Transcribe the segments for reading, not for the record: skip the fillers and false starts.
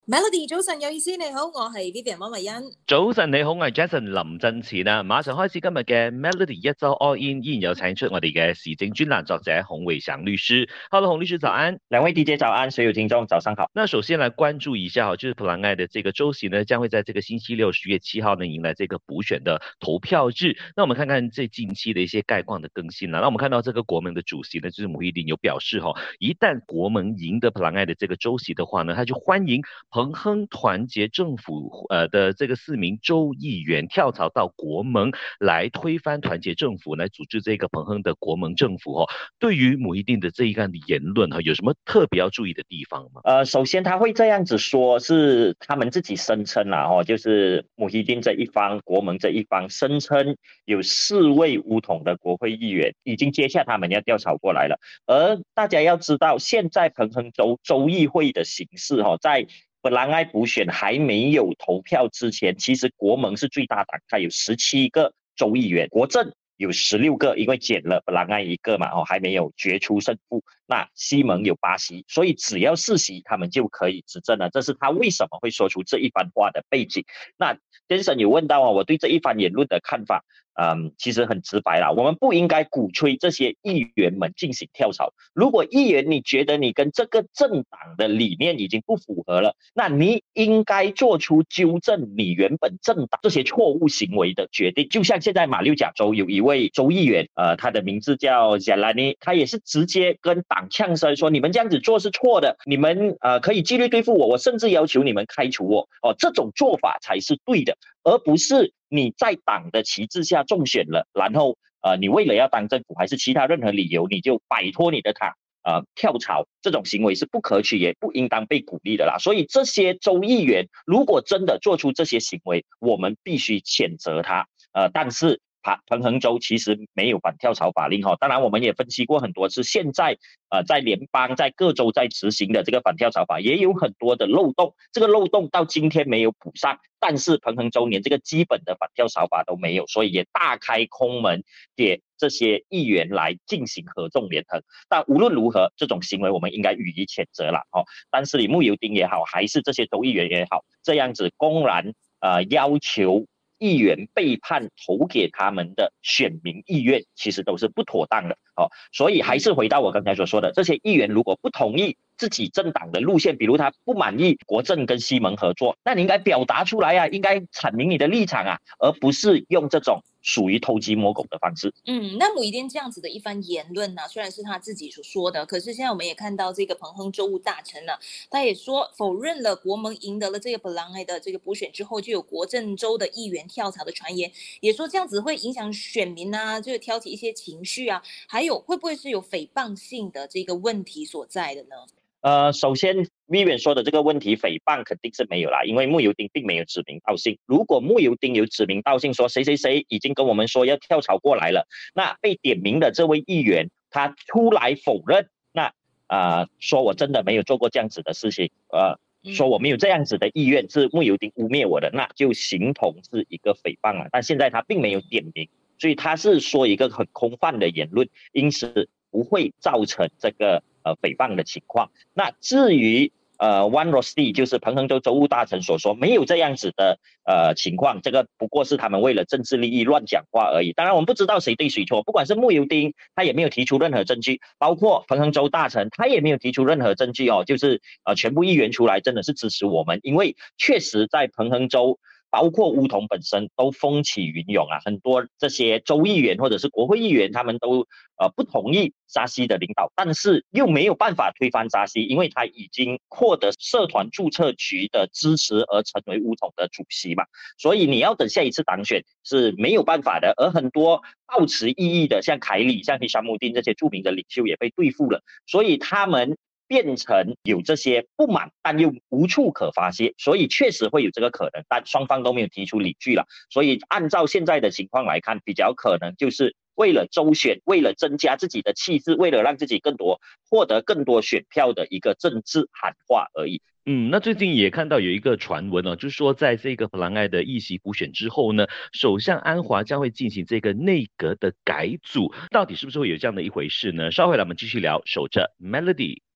Melody 早晨有意思，你好，我係 Vivian 溫慧欣。 早晨，你好，我係 Jason 林振前啊！馬上開始今日嘅 Melody 一周 All In，依然有請出我哋嘅時政專欄作者洪偉祥律師。Hello，洪律師早安。 两位 DJ 早安，所有听众早上好。 那首先来关注一下就是普兰爱的这个州席呢，将会在这个星期六10月7号呢迎来这个补选的投票日。那我们看看这近期的一些概况的更新了。那我们看到这个国盟的主席呢，就是姆希丁有表示一旦国盟赢得普兰爱的这个州席的话呢，他就欢迎彭亨团结政府的这个4名州议员跳槽到国盟来推翻团结政府，来组织这个彭亨的国盟政府对于姆希丁的这一干的言论有什么特别要注意的地方吗？ 首先他会这样子说，是他们自己声称啦，就是姆希丁这一方、国盟这一方声称有4位巫统的国会议员已经接下他们要调查过来了。而大家要知道，现在彭亨州州议会的形式在本兰爱补选还没有投票之前，其实国盟是最大党，它有17个州议员，国政有16个，因为减了本兰爱1个嘛，还没有决出胜负。那西盟有8席，所以只要4席，他们就可以执政了。这是他为什么会说出这一番话的背景。那先生有问到我对这一番言论的看法。其实很直白啦，我们不应该鼓吹这些议员们进行跳槽。如果议员你觉得你跟这个政党的理念已经不符合了，那你应该做出纠正你原本政党这些错误行为的决定。就像现在马六甲州有一位州议员，他的名字叫 Jalani， 他也是直接跟党呛声说，你们这样子做是错的，你们可以纪律对付我，我甚至要求你们开除我。这种做法才是对的，而不是你在党的旗帜下中选了，然后你为了要当政府还是其他任何理由，你就摆脱你的党跳槽，这种行为是不可取也不应当被鼓励的啦。所以这些州议员如果真的做出这些行为，我们必须谴责他。但是彭亨州其实没有反跳槽法令当然我们也分析过很多次，现在在联邦在各州在执行的这个反跳槽法也有很多的漏洞，这个漏洞到今天没有补上，但是彭亨州连这个基本的反跳槽法都没有，所以也大开空门给这些议员来进行合纵连横。但无论如何，这种行为我们应该予以谴责啦。但是你慕尤丁也好，还是这些州议员也好，这样子公然要求议员背叛投给他们的选民意愿，其实都是不妥当的。所以还是回到我刚才所说的，这些议员如果不同意自己政党的路线，比如他不满意国政跟西盟合作，那你应该表达出来啊，应该阐明你的立场啊，而不是用这种属于偷鸡摸狗的方式。 那姆希丁这样子的一番言论呢，虽然是他自己所说的，可是现在我们也看到这个彭亨州务大臣呢，他也说否认了国盟赢得了这个本兰爱的这个补选之后，就有国政州的议员跳槽的传言，也说这样子会影响选民啊，就是挑起一些情绪啊，还有会不会是有诽谤性的这个问题所在的呢？ 首先 Vivian 说的这个问题诽谤肯定是没有啦，因为慕尤丁并没有指名道姓。如果慕尤丁有指名道姓说谁谁谁已经跟我们说要跳槽过来了，那被点名的这位议员他出来否认，那说我真的没有做过这样子的事情，说我没有这样子的意愿，是慕尤丁污蔑我的，那就形同是一个诽谤了。但现在他并没有点名，所以他是说一个很空泛的言论，因此不会造成这个诽谤的情况。那至于Wan Rosli 就是彭亨州州务大臣所说没有这样子的情况，这个不过是他们为了政治利益乱讲话而已。当然我们不知道谁对谁错，不管是慕尤丁他也没有提出任何证据，包括彭亨州大臣他也没有提出任何证据就是全部议员出来真的是支持我们，因为确实在彭亨州包括巫统本身都风起云涌啊，很多这些州议员或者是国会议员他们都不同意扎西的领导，但是又没有办法推翻扎西，因为他已经获得社团注册局的支持而成为巫统的主席嘛，所以你要等下一次当选是没有办法的。而很多抱持异议的像凯里像希沙穆丁这些著名的领袖也被对付了，所以他们变成有这些不满但又无处可发泄，所以确实会有这个可能，但双方都没有提出理据了。所以按照现在的情况来看，比较可能就是为了周选，为了增加自己的气势，为了让自己获得更多选票的一个政治喊话而已。 那最近也看到有一个传闻就是说在这个普兰爱的议席补选之后呢，首相安华将会进行这个内阁的改组，到底是不是会有这样的一回事呢？稍后来我们继续聊，守着 Melody。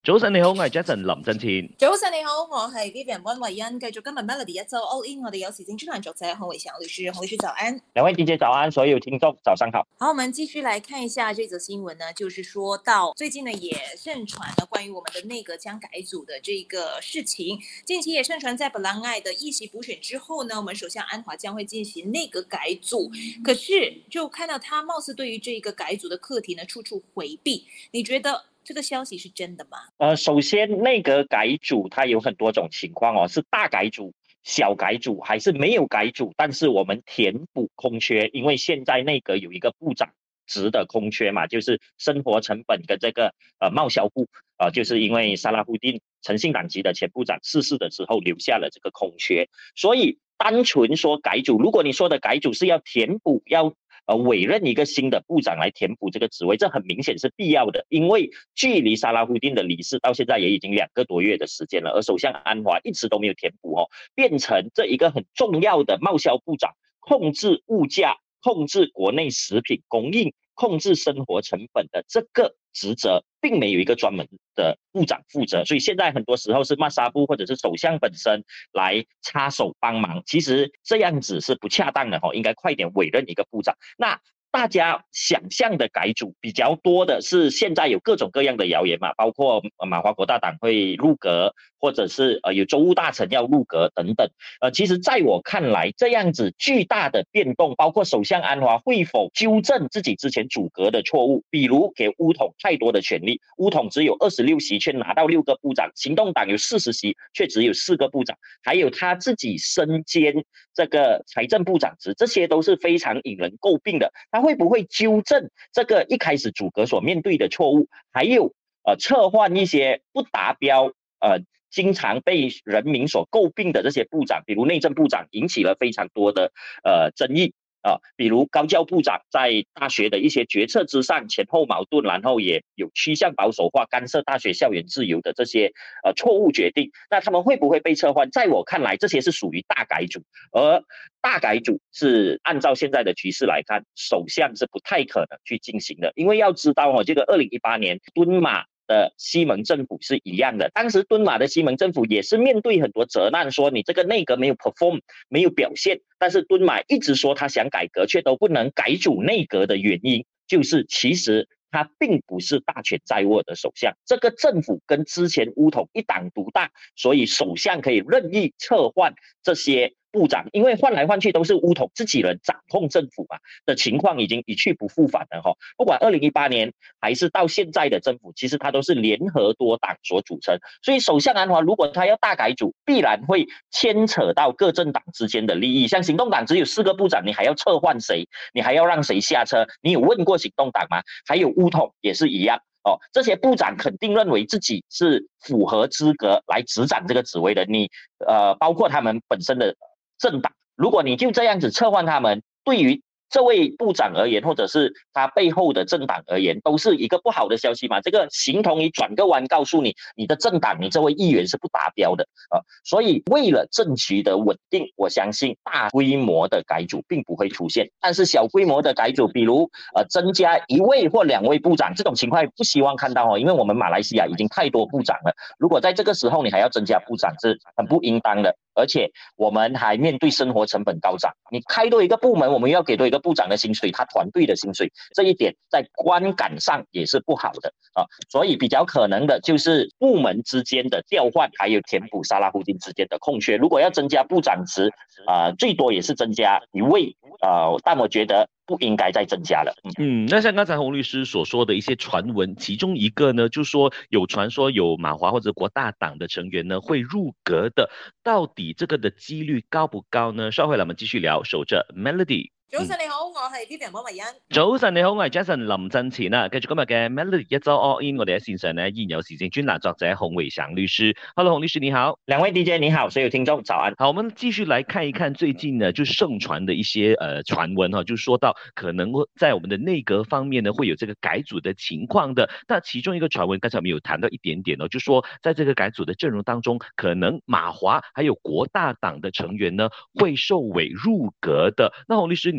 早晨你好，我係 Jason 林振前。 早晨你好，我係 Vivian 溫慧欣。繼續今日 Melody 一周 All In，我哋有時政專欄作者洪偉祥律師，洪律師早安。 兩位 DJ 早安，所有聽眾早上好。 好，我們繼續來看一下這則新聞呢，就是說到最近呢也盛傳了關於我們的內閣將改組的這個事情。近期也盛傳在本蘭愛的議席補選之後呢，我們首相安華將會進行內閣改組。可是就看到他貌似對於這個改組的課題呢，處處迴避。你覺得這個消息是真的嗎？ 首先內閣改組它有很多種情況哦，是大改組、小改組，還是沒有改組，但是我們填補空缺，因為現在內閣有一個部長職的空缺嘛，就是生活成本跟這個貿銷部，就是因為沙拉胡丁誠信黨籍的前部長逝世的時候留下了這個空缺，所以單純說改組，如果你說的改組是要填補，要委任一個新的部長來填補這個職位，這很明顯是必要的，因為距離沙拉胡丁的離世到現在也已經2個多月的時間了，而首相安華一直都沒有填補變成這一個很重要的貿銷部長，控制物價、控制國內食品供應、控制生活成本的這個職責，並沒有一個專門的部長負責，所以現在很多時候是馬薩布或者是首相本身來插手幫忙，其實這樣子是不恰當的，應該快點委任一個部長。那大家想象的改組比較多的是現在有各種各樣的謠言嘛，包括馬華國大黨會入閣，或者是有州務大臣要入閣等等。其實在我看來，這樣子巨大的變動，包括首相安華會否糾正自己之前組閣的錯誤，比如給巫統太多的權力，巫統只有26席卻拿到6個部長，行動黨有40席卻只有4個部長，還有他自己身兼這個財政部長職，這些都是非常引人詬病的。他會不會糾正這個一開始組閣所面對的錯誤，還有撤換一些不達標經常被人民所詬病的這些部長，比如內政部長引起了非常多的爭議比如高教部長在大學的一些決策之上前後矛盾，然後也有趨向保守化，干涉大學校園自由的這些錯誤決定，那他們會不會被撤換？在我看來，這些是屬於大改組，而大改組是按照現在的局勢來看，首相是不太可能去進行的，因為要知道這個2018年敦馬的西蒙政府是一樣的，當時敦馬的西蒙政府也是面對很多責難，說你這個內閣沒有 perform， 沒有表現，但是敦馬一直說他想改革，卻都不能改組內閣的原因，就是其實他並不是大權在握的首相，這個政府跟之前巫統一黨獨大，所以首相可以任意撤換這些部長，因為換來換去都是巫統自己人掌控政府嘛的情況已經一去不復返了不管2018年還是到現在的政府，其實它都是聯合多黨所組成，所以首相安華如果他要大改組，必然會牽扯到各政黨之間的利益。像行動黨只有4個部長，你還要撤換誰？你還要讓誰下車？你有問過行動黨嗎？還有巫統也是一樣這些部長肯定認為自己是符合資格來執掌這個職位的。你包括他們本身的政黨，如果你就這樣子撤換他們，對於這位部長而言，或者是他背後的政黨而言，都是一個不好的消息嘛。這個形同於轉個彎告訴你，你的政黨，你這位議員是不達標的所以為了政局的穩定，我相信大規模的改組並不會出現，但是小規模的改組，比如增加1位或2位部長，這種情況不希望看到因為我們馬來西亞已經太多部長了，如果在這個時候你還要增加部長，是很不應當的。而且我們還面對生活成本高漲，你開多一個部門，我們要給多一個部長的薪水，他團隊的薪水，這一點在觀感上也是不好的所以比較可能的就是部門之間的調換，還有填補沙拉胡丁之間的空缺。如果要增加部長職最多也是增加1位但我覺得不應該再增加了。 那像剛才洪律師所說的一些傳聞，其中一個呢，就說有傳說有馬華或者國大黨的成員呢會入閣的，到底這個的幾率高不高呢？稍後我們繼續聊，守着 Melody。 早晨你好，我係 Vivian 溫慧欣。 早晨你好，我係 Jason 林振前繼續今日嘅 Melody 一周 All In， 我哋喺線上呢依然有時政專欄作者洪偉祥律師。Hello， 洪律師你好。 兩位 DJ 你好，所有聽眾早安。 好，我們繼續來看一看最近呢就盛傳的一些傳聞就說到可能在我們的內閣方面呢會有這個改組的情況的。那其中一個傳聞，剛才我們有談到一點點就說在這個改組的陣容當中，可能馬華還有國大黨的成員呢會受委入閣的。那洪律師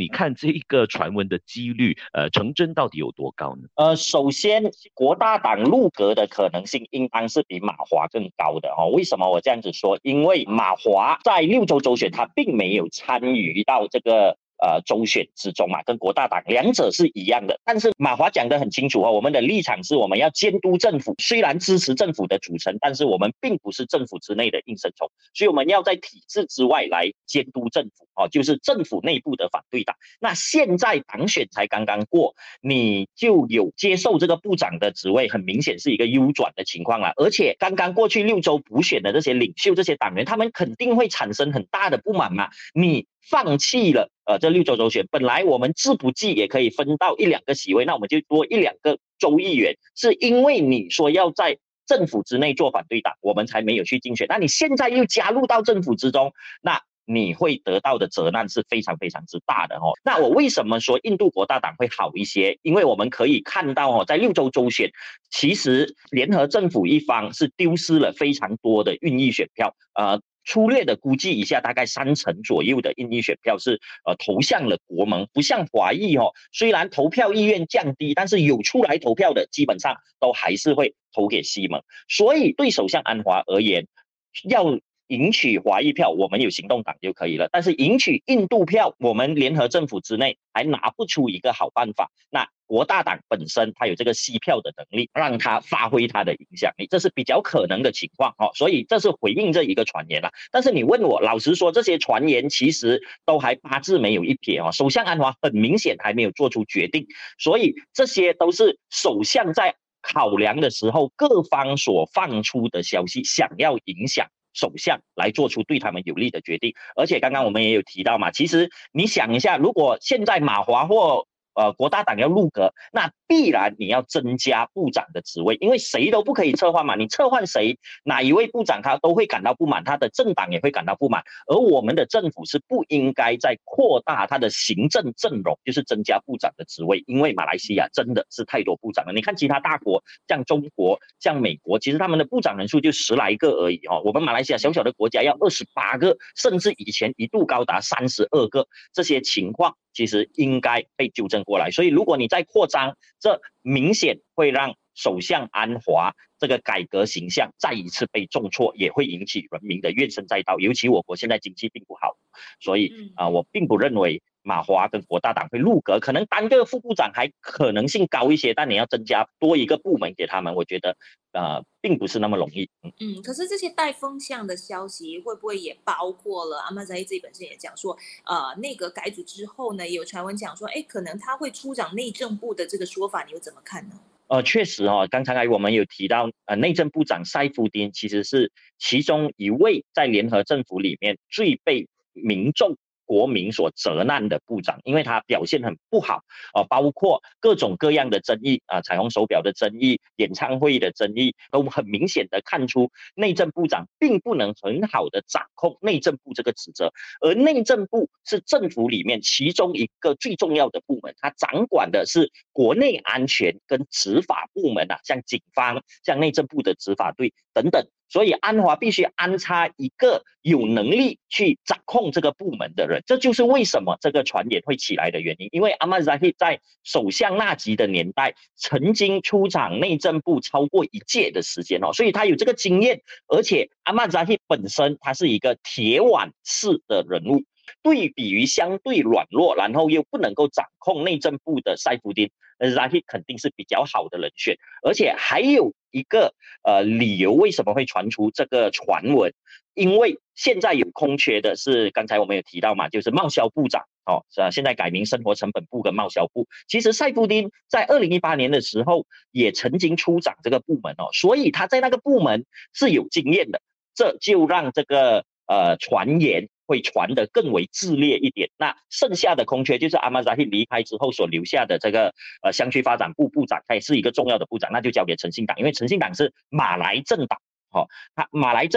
你看这一个传闻的几率，成真到底有多高呢？ 首先，国大党入阁的可能性应当是比马华更高的哦。为什么我这样子说？因为马华在6州州选他并没有参与到这个州选之中嘛，跟国大党两者是一样的。但是马华讲得很清楚哦，我们的立场是我们要监督政府，虽然支持政府的组成，但是我们并不是政府之内的应声虫，所以我们要在体制之外来监督政府哦，就是政府内部的反对党。那现在党选才刚刚过，你就有接受这个部长的职位，很明显是一个 U 转的情况了。而且刚刚过去6州补选的这些领袖、这些党员，他们肯定会产生很大的不满嘛。你放弃了这6州州选，本来我们自不济也可以分到1、2个席位，那我们就多1、2个州议员，是因为你说要在政府之内做反对党，我们才没有去竞选。那你现在又加入到政府之中，那你会得到的责难是非常非常之大的哦。那我为什么说印度国大党会好一些？因为我们可以看到哦，在6州州选，其实联合政府一方是丢失了非常多的运意选票，粗略的估计一下，大概30%左右的印意选票是投向了国盟，不像华裔哦，虽然投票意愿降低，但是有出来投票的基本上都还是会投给西盟。所以对首相安华而言，要赢取华裔票，我们有行动党就可以了。但是赢取印度票，我们联合政府之内还拿不出一个好办法。那国大党本身它有这个吸票的能力，让它发挥它的影响力，这是比较可能的情况哦。所以这是回应这一个传言了。但是你问我，老实说，这些传言其实都还八字没有一撇哦。首相安华很明显还没有做出决定，所以这些都是首相在考量的时候各方所放出的消息，想要影响首相来做出对他们有利的决定。而且刚刚我们也有提到嘛，其实你想一下，如果现在马华或国大党要入阁，那必然你要增加部长的职位，因为谁都不可以撤换嘛，你撤换谁，哪一位部长他都会感到不满，他的政党也会感到不满。而我们的政府是不应该再扩大他的行政阵容，就是增加部长的职位，因为马来西亚真的是太多部长了。你看其他大国，像中国、像美国，其实他们的部长人数就10来个而已哦。我们马来西亚小小的国家要28个，甚至以前一度高达32个，这些情况其实应该被纠正过来。所以如果你再扩张，这明显会让首相安华这个改革形象再一次被重挫，也会引起人民的怨声载道。尤其我国现在经济并不好，所以我并不认为马华跟国大党会入阁，可能单个副部长还可能性高一些，但你要增加多一个部门给他们，我觉得并不是那么容易。 可是这些带风向的消息会不会也包括了阿马扎伊自己本身也讲说，内阁改组之后呢，也有传闻讲说，可能他会出掌内政部的这个说法，你又怎么看呢？ 确实哦，刚才我们有提到，内政部长塞夫丁其实是其中一位在联合政府里面最被民众国民所责难的部长，因为他表现很不好包括各种各样的争议彩虹手表的争议、演唱会的争议，都很明显的看出内政部长并不能很好的掌控内政部这个职责。而内政部是政府里面其中一个最重要的部门，它掌管的是国内安全跟执法部门像警方、像内政部的执法队等等。所以安华必须安插一个有能力去掌控这个部门的人，这就是为什么这个传言会起来的原因。因为阿马扎希在首相纳吉的年代曾经出掌内政部超过1届的时间所以他有这个经验。而且阿马扎希本身他是一个铁腕式的人物，对比于相对软弱然后又不能够掌控内政部的塞夫丁，扎希肯定是比较好的人选。而且还有一个理由为什么会传出这个传闻，因为现在有空缺的是刚才我们有提到嘛，就是贸销部长现在改名生活成本部跟贸销部。其实塞夫丁在2018年的时候也曾经出掌这个部门所以他在那个部门是有经验的，这就让这个传言会传得更为炽烈一点。那剩下的空缺就是阿马扎希离开之后所留下的这个乡区发展部部长，他也是一个重要的部长，那就交给诚信党，因为诚信党是马来政党马来政党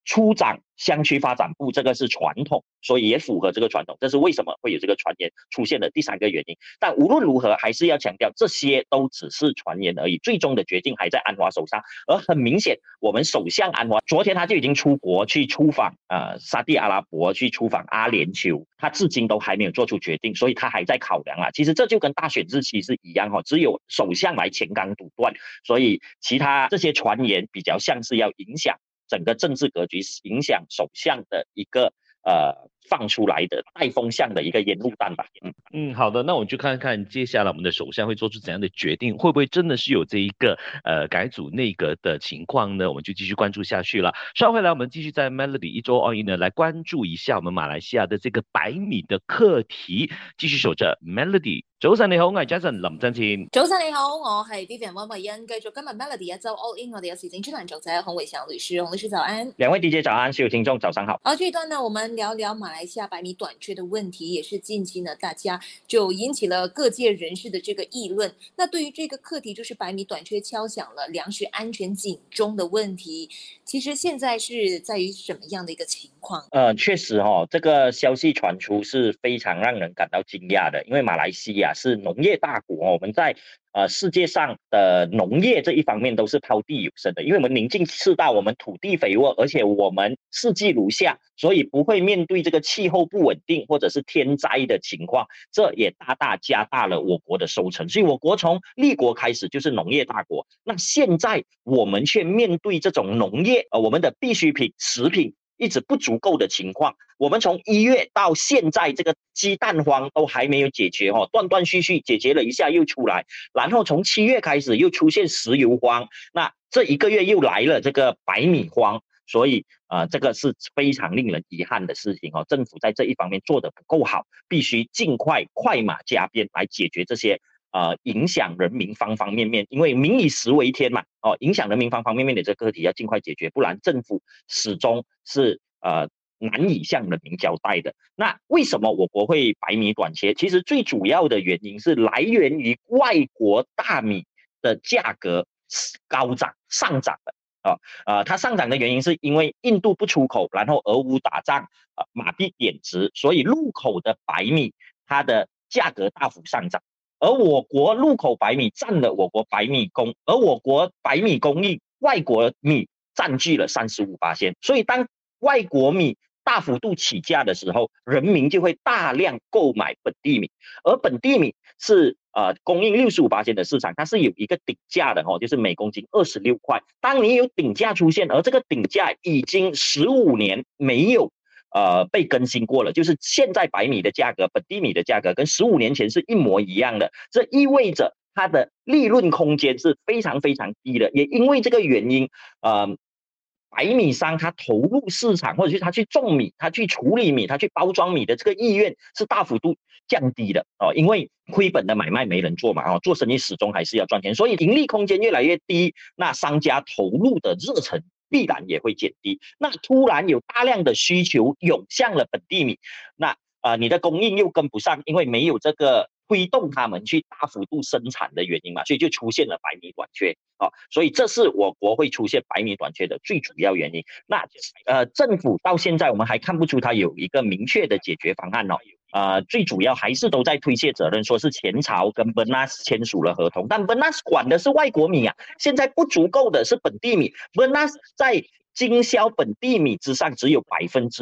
处长乡区发展部，这个是传统，所以也符合这个传统，这是为什么会有这个传言出现的第三个原因。但无论如何，还是要强调，这些都只是传言而已，最终的决定还在安华手上。而很明显，我们首相安华昨天他就已经出国去出访沙地阿拉伯，去出访阿联酋，他至今都还没有做出决定，所以他还在考量啊。其实这就跟大选日期是一样只有首相来前纲独断，所以其他这些传言比较像是要影响整个政治格局，影响首相的一个放出来的带风向的一个烟雾弹吧。 好的，那我们就看看接下来我们的首相会做出怎样的决定，会不会真的是有这一个改组内阁的情况呢？我们就继续关注下去了。稍后回来，我们继续在 Melody 一周all in 呢来关注一下我们马来西亚的这个百米的课題，繼續守着 Melody。早晨你好，我係 Jason 林振前。 早晨你好，我係 Vivian 温慧欣。繼續今日 Melody 一周 All In， 我哋有時政專欄作者洪偉祥律師，洪律師早安。 兩位 DJ 早安，所有聽眾早上好。 好，這一段呢，我們聊聊馬來西亞百米短缺的問題，也是近期呢，大家就引起了各界人士的這個議論。那對於這個課題，就是百米短缺敲響了糧食安全警鐘的問題。其實現在是在於什麼樣的一個情況？ 確實這個消息傳出是非常讓人感到驚訝的，因為馬來西亞是農業大國，我們在世界上的農業這一方面都是拋地有聲的，因為我們鄰近赤道，我們土地肥沃，而且我們四季如夏，所以不會面對這個氣候不穩定或者是天災的情況，這也大大加大了我國的收成。所以我國從立國開始就是農業大國，那現在我們卻面對這種農業我們的必需品食品一直不足夠的情況，我們從1月到現在，這個雞蛋荒都還沒有解決斷斷續續解決了一下又出來，然後從7月開始又出現石油荒，那這一個月又來了這個白米荒，所以這個是非常令人遺憾的事情政府在這一方面做得不夠好，必須盡快快馬加鞭來解決這些影響人民方方面面，因為民以食為天嘛，影響人民方方面面的這個課題要盡快解決，不然政府始終是難以向人民交代的。那為什麼我國會百米短缺？其實最主要的原因是來源於外國大米的價格高漲上漲的它上漲的原因是因為印度不出口，然後俄烏打仗馬幣貶值，所以入口的白米它的價格大幅上漲。而我國入口白米佔了我國白米供，而我國白米供應外國米佔據了35%，所以當外國米大幅度起價的時候，人民就會大量購買本地米，而本地米是供應65%的市場，它是有一個頂價的就是每公斤26塊。當你有頂價出現，而這個頂價已經15年沒有被更新過了，就是現在白米的價格，本地米的價格跟15年前是一模一樣的，這意味着它的利潤空間是非常非常低的，也因為這個原因白米商他投入市場，或者是他去種米，他去處理米，他去包裝米的這個意願是大幅度降低的因為虧本的買賣沒人做嘛做生意始終還是要賺錢，所以盈利空間越來越低，那商家投入的熱忱必然也會減低。那突然有大量的需求湧向了本地米，那你的供應又跟不上，因為沒有這個推動他們去大幅度生產的原因嘛，所以就出現了白米短缺所以這是我國會出現白米短缺的最主要原因。那政府到現在我們還看不出它有一個明確的解決方案最主要還是都在推卸責任，說是前朝跟 Bernas 簽署了合同，但 Bernas 管的是外國米現在不足夠的是本地米。Bernas 在經銷本地米之上只有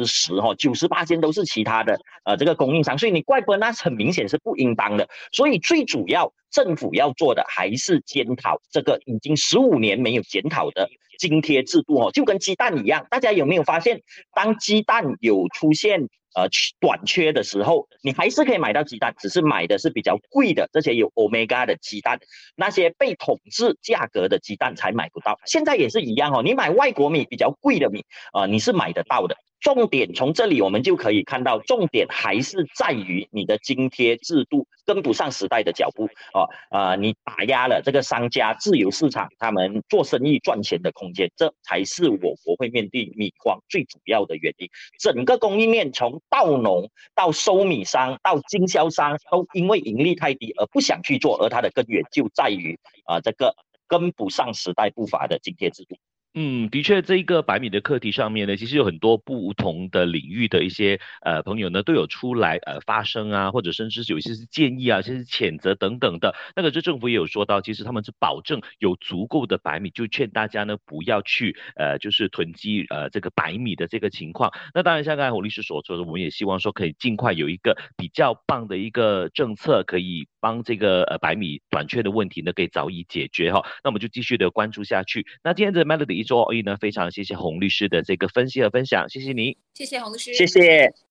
10%，98%都是其他的這個供應商，所以你怪 Bernas 很明顯是不應當的。所以最主要政府要做的還是檢討這個已經15年沒有檢討的津貼制度就跟雞蛋一樣，大家有沒有發現，當雞蛋有出現短缺的時候，你還是可以買到雞蛋，只是買的是比較貴的這些有 Omega 的雞蛋，那些被統治價格的雞蛋才買不到。現在也是一樣你買外國米比較貴的米你是買得到的。重點從這裡我們就可以看到，重點還是在於你的津貼制度跟不上時代的腳步你打壓了這個商家自由市場他們做生意賺錢的空間，這才是我國會面對米荒最主要的原因。整個供應鏈從稻農到收米商到經銷商都因為盈利太低而不想去做，而它的根源就在於這個跟不上時代步伐的津貼制度。 的确，这一个百米的课题上面呢，其实有很多不同的领域的一些朋友呢，都有出来发声啊，或者甚至有一些是建议啊，甚至谴责等等的。那个这政府也有说到，其实他们是保证有足够的百米，就劝大家呢不要去就是囤积这个百米的这个情况。那当然，像刚才洪律师所说的，我们也希望说可以尽快有一个比较棒的一个政策，可以帮这个百米短缺的问题呢，可以早已解决哈。那我们就继续的关注下去。那今天的 Melody 一周 all in 呢，非常谢谢洪律师的这个分析和分享，谢谢你， 谢谢洪律师， 谢谢。